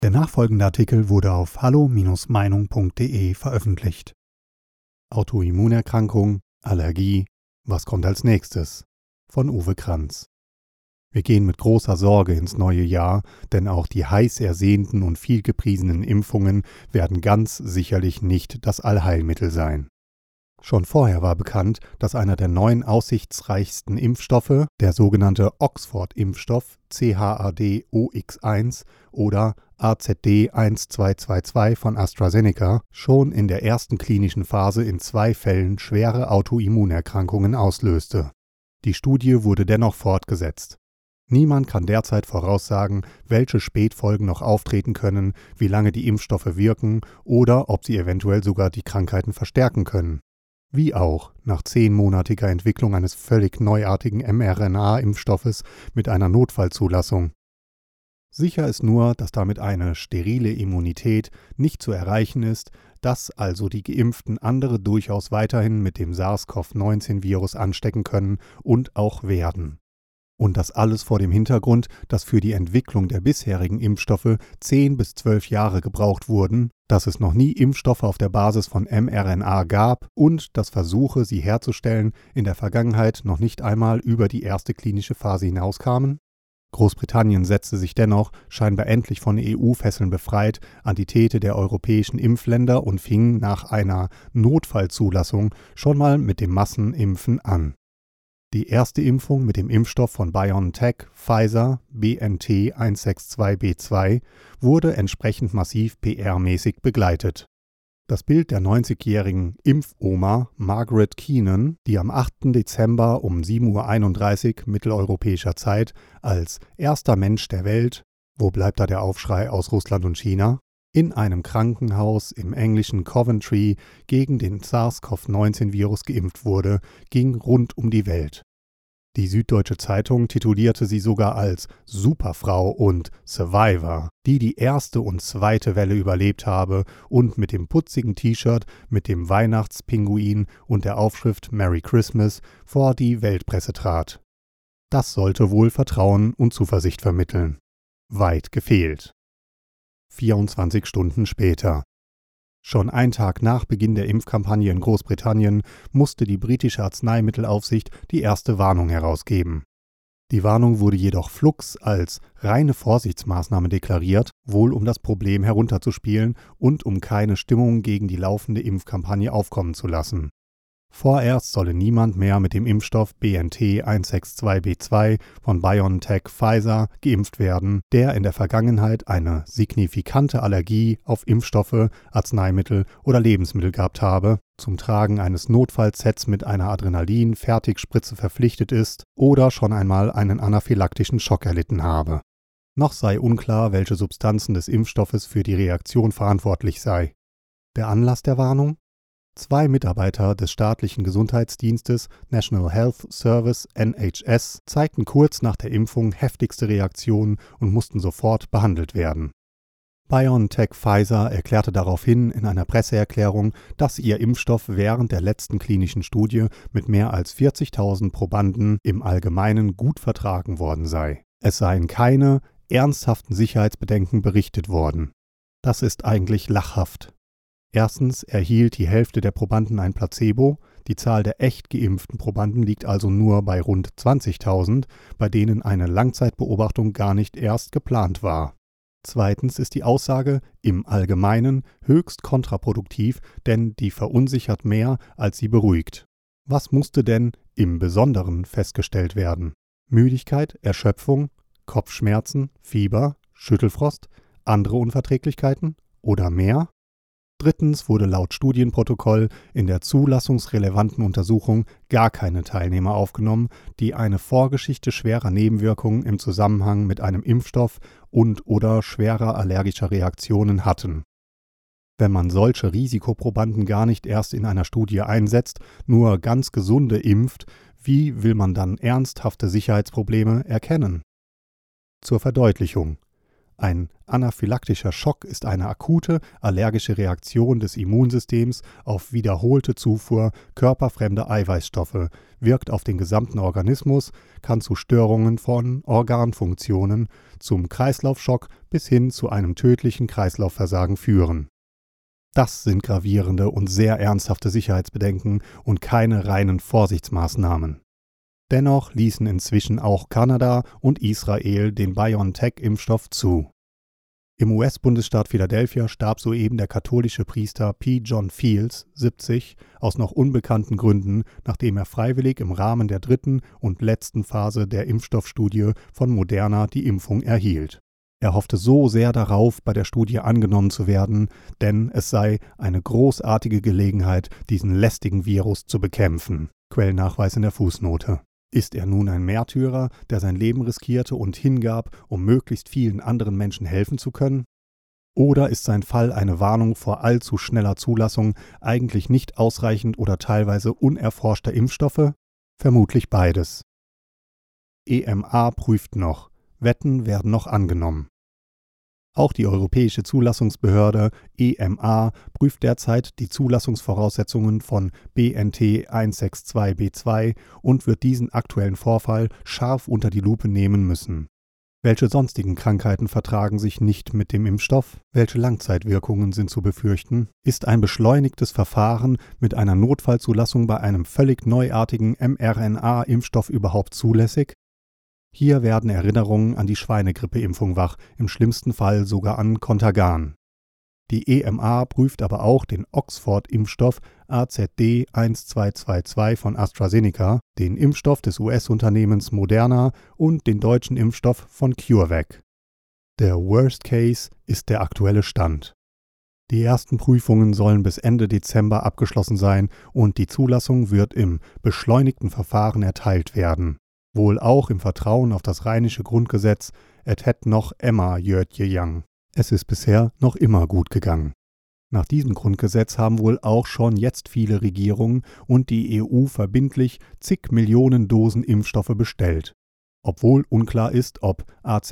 Der nachfolgende Artikel wurde auf hallo-meinung.de veröffentlicht. Autoimmunerkrankung, Allergie, was kommt als nächstes? Von Uwe Kranz. Wir gehen mit großer Sorge ins neue Jahr, denn auch die heiß ersehnten und viel gepriesenen Impfungen werden ganz sicherlich nicht das Allheilmittel sein. Schon vorher war bekannt, dass einer der neuen aussichtsreichsten Impfstoffe, der sogenannte Oxford-Impfstoff ChAd-OX1 oder AZD1222 von AstraZeneca, schon in der ersten klinischen Phase in 2 Fällen schwere Autoimmunerkrankungen auslöste. Die Studie wurde dennoch fortgesetzt. Niemand kann derzeit voraussagen, welche Spätfolgen noch auftreten können, wie lange die Impfstoffe wirken oder ob sie eventuell sogar die Krankheiten verstärken können. Wie auch nach 10-monatiger Entwicklung eines völlig neuartigen mRNA-Impfstoffes mit einer Notfallzulassung. Sicher ist nur, dass damit eine sterile Immunität nicht zu erreichen ist, dass also die Geimpften andere durchaus weiterhin mit dem SARS-CoV-19-Virus anstecken können und auch werden. Und das alles vor dem Hintergrund, dass für die Entwicklung der bisherigen Impfstoffe 10 bis 12 Jahre gebraucht wurden, dass es noch nie Impfstoffe auf der Basis von mRNA gab und dass Versuche, sie herzustellen, in der Vergangenheit noch nicht einmal über die erste klinische Phase hinauskamen? Großbritannien setzte sich dennoch, scheinbar endlich von EU-Fesseln befreit, an die Theke der europäischen Impfländer und fing nach einer Notfallzulassung schon mal mit dem Massenimpfen an. Die erste Impfung mit dem Impfstoff von BioNTech, Pfizer, BNT162b2, wurde entsprechend massiv PR-mäßig begleitet. Das Bild der 90-jährigen Impfoma Margaret Keenan, die am 8. Dezember um 7:31 Uhr mitteleuropäischer Zeit als erster Mensch der Welt, wo bleibt da der Aufschrei aus Russland und China, in einem Krankenhaus im englischen Coventry gegen den SARS-CoV-19-Virus geimpft wurde, ging rund um die Welt. Die Süddeutsche Zeitung titulierte sie sogar als Superfrau und Survivor, die die erste und zweite Welle überlebt habe und mit dem putzigen T-Shirt mit dem Weihnachtspinguin und der Aufschrift Merry Christmas vor die Weltpresse trat. Das sollte wohl Vertrauen und Zuversicht vermitteln. Weit gefehlt. 24 Stunden später. Schon einen Tag nach Beginn der Impfkampagne in Großbritannien musste die britische Arzneimittelaufsicht die erste Warnung herausgeben. Die Warnung wurde jedoch flugs als reine Vorsichtsmaßnahme deklariert, wohl um das Problem herunterzuspielen und um keine Stimmung gegen die laufende Impfkampagne aufkommen zu lassen. Vorerst solle niemand mehr mit dem Impfstoff BNT162b2 von BioNTech Pfizer geimpft werden, der in der Vergangenheit eine signifikante Allergie auf Impfstoffe, Arzneimittel oder Lebensmittel gehabt habe, zum Tragen eines Notfallsets mit einer Adrenalin-Fertigspritze verpflichtet ist oder schon einmal einen anaphylaktischen Schock erlitten habe. Noch sei unklar, welche Substanzen des Impfstoffes für die Reaktion verantwortlich sei. Der Anlass der Warnung? 2 Mitarbeiter des staatlichen Gesundheitsdienstes National Health Service NHS zeigten kurz nach der Impfung heftigste Reaktionen und mussten sofort behandelt werden. BioNTech Pfizer erklärte daraufhin in einer Presseerklärung, dass ihr Impfstoff während der letzten klinischen Studie mit mehr als 40.000 Probanden im Allgemeinen gut vertragen worden sei. Es seien keine ernsthaften Sicherheitsbedenken berichtet worden. Das ist eigentlich lachhaft. Erstens erhielt die Hälfte der Probanden ein Placebo, die Zahl der echt geimpften Probanden liegt also nur bei rund 20.000, bei denen eine Langzeitbeobachtung gar nicht erst geplant war. Zweitens ist die Aussage im Allgemeinen höchst kontraproduktiv, denn die verunsichert mehr, als sie beruhigt. Was musste denn im Besonderen festgestellt werden? Müdigkeit, Erschöpfung, Kopfschmerzen, Fieber, Schüttelfrost, andere Unverträglichkeiten oder mehr? Drittens wurde laut Studienprotokoll in der zulassungsrelevanten Untersuchung gar keine Teilnehmer aufgenommen, die eine Vorgeschichte schwerer Nebenwirkungen im Zusammenhang mit einem Impfstoff und/oder schwerer allergischer Reaktionen hatten. Wenn man solche Risikoprobanden gar nicht erst in einer Studie einsetzt, nur ganz Gesunde impft, wie will man dann ernsthafte Sicherheitsprobleme erkennen? Zur Verdeutlichung. Ein anaphylaktischer Schock ist eine akute allergische Reaktion des Immunsystems auf wiederholte Zufuhr körperfremder Eiweißstoffe, wirkt auf den gesamten Organismus, kann zu Störungen von Organfunktionen, zum Kreislaufschock bis hin zu einem tödlichen Kreislaufversagen führen. Das sind gravierende und sehr ernsthafte Sicherheitsbedenken und keine reinen Vorsichtsmaßnahmen. Dennoch ließen inzwischen auch Kanada und Israel den BioNTech-Impfstoff zu. Im US-Bundesstaat Philadelphia starb soeben der katholische Priester P. John Fields, 70, aus noch unbekannten Gründen, nachdem er freiwillig im Rahmen der dritten und letzten Phase der Impfstoffstudie von Moderna die Impfung erhielt. Er hoffte so sehr darauf, bei der Studie angenommen zu werden, denn es sei eine großartige Gelegenheit, diesen lästigen Virus zu bekämpfen. Quellennachweis in der Fußnote. Ist er nun ein Märtyrer, der sein Leben riskierte und hingab, um möglichst vielen anderen Menschen helfen zu können? Oder ist sein Fall eine Warnung vor allzu schneller Zulassung eigentlich nicht ausreichend oder teilweise unerforschter Impfstoffe? Vermutlich beides. EMA prüft noch. Wetten werden noch angenommen. Auch die Europäische Zulassungsbehörde EMA prüft derzeit die Zulassungsvoraussetzungen von BNT162b2 und wird diesen aktuellen Vorfall scharf unter die Lupe nehmen müssen. Welche sonstigen Krankheiten vertragen sich nicht mit dem Impfstoff? Welche Langzeitwirkungen sind zu befürchten? Ist ein beschleunigtes Verfahren mit einer Notfallzulassung bei einem völlig neuartigen mRNA-Impfstoff überhaupt zulässig? Hier werden Erinnerungen an die Schweinegrippeimpfung wach, im schlimmsten Fall sogar an Contagan. Die EMA prüft aber auch den Oxford-Impfstoff AZD1222 von AstraZeneca, den Impfstoff des US-Unternehmens Moderna und den deutschen Impfstoff von CureVac. Der Worst Case ist der aktuelle Stand. Die ersten Prüfungen sollen bis Ende Dezember abgeschlossen sein und die Zulassung wird im beschleunigten Verfahren erteilt werden. Wohl auch im Vertrauen auf das rheinische Grundgesetz, et het noch immer jöt jang. Es ist bisher noch immer gut gegangen. Nach diesem Grundgesetz haben wohl auch schon jetzt viele Regierungen und die EU verbindlich zig Millionen Dosen Impfstoffe bestellt. Obwohl unklar ist, ob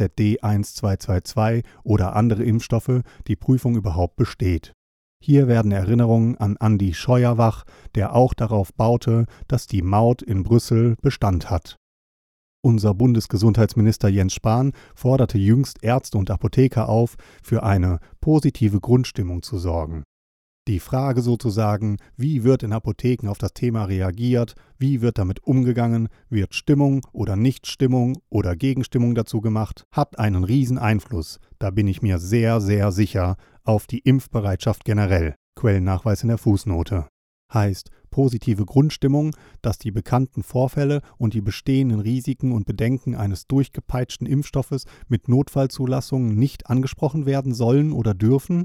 AZD1222 oder andere Impfstoffe die Prüfung überhaupt besteht. Hier werden Erinnerungen an Andi Scheuer wach, der auch darauf baute, dass die Maut in Brüssel Bestand hat. Unser Bundesgesundheitsminister Jens Spahn forderte jüngst Ärzte und Apotheker auf, für eine positive Grundstimmung zu sorgen. Die Frage sozusagen, wie wird in Apotheken auf das Thema reagiert, wie wird damit umgegangen, wird Stimmung oder Nichtstimmung oder Gegenstimmung dazu gemacht, hat einen riesen Einfluss, da bin ich mir sehr, sehr sicher, auf die Impfbereitschaft generell. Quellennachweis in der Fußnote. Heißt positive Grundstimmung, dass die bekannten Vorfälle und die bestehenden Risiken und Bedenken eines durchgepeitschten Impfstoffes mit Notfallzulassungen nicht angesprochen werden sollen oder dürfen?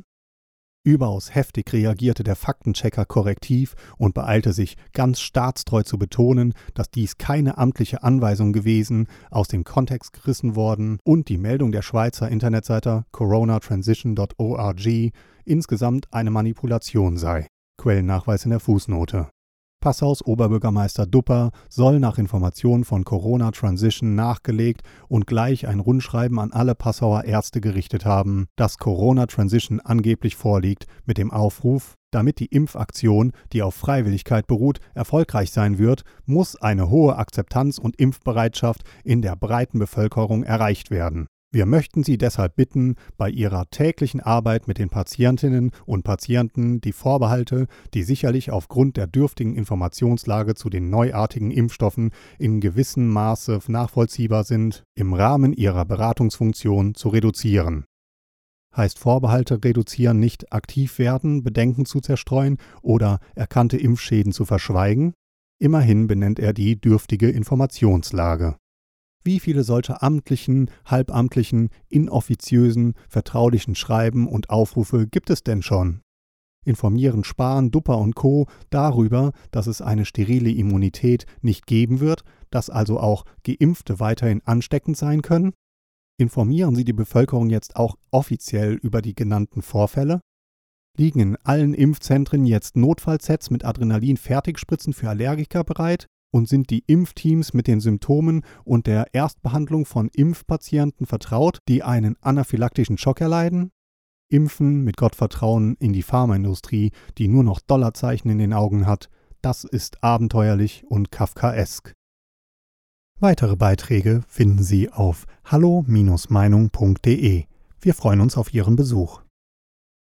Überaus heftig reagierte der Faktenchecker korrektiv und beeilte sich, ganz staatstreu zu betonen, dass dies keine amtliche Anweisung gewesen, aus dem Kontext gerissen worden und die Meldung der Schweizer Internetseite coronatransition.org insgesamt eine Manipulation sei. Quellennachweis in der Fußnote. Passaus Oberbürgermeister Dupper soll nach Informationen von Corona Transition nachgelegt und gleich ein Rundschreiben an alle Passauer Ärzte gerichtet haben, dass Corona Transition angeblich vorliegt, mit dem Aufruf, damit die Impfaktion, die auf Freiwilligkeit beruht, erfolgreich sein wird, muss eine hohe Akzeptanz und Impfbereitschaft in der breiten Bevölkerung erreicht werden. Wir möchten Sie deshalb bitten, bei Ihrer täglichen Arbeit mit den Patientinnen und Patienten die Vorbehalte, die sicherlich aufgrund der dürftigen Informationslage zu den neuartigen Impfstoffen in gewissem Maße nachvollziehbar sind, im Rahmen Ihrer Beratungsfunktion zu reduzieren. Heißt Vorbehalte reduzieren nicht aktiv werden, Bedenken zu zerstreuen oder erkannte Impfschäden zu verschweigen? Immerhin benennt er die dürftige Informationslage. Wie viele solcher amtlichen, halbamtlichen, inoffiziösen, vertraulichen Schreiben und Aufrufe gibt es denn schon? Informieren Spahn, Dupper und Co. darüber, dass es eine sterile Immunität nicht geben wird, dass also auch Geimpfte weiterhin ansteckend sein können? Informieren Sie die Bevölkerung jetzt auch offiziell über die genannten Vorfälle? Liegen in allen Impfzentren jetzt Notfallsets mit Adrenalin-Fertigspritzen für Allergiker bereit? Und sind die Impfteams mit den Symptomen und der Erstbehandlung von Impfpatienten vertraut, die einen anaphylaktischen Schock erleiden? Impfen mit Gottvertrauen in die Pharmaindustrie, die nur noch Dollarzeichen in den Augen hat, das ist abenteuerlich und kafkaesk. Weitere Beiträge finden Sie auf hallo-meinung.de. Wir freuen uns auf Ihren Besuch.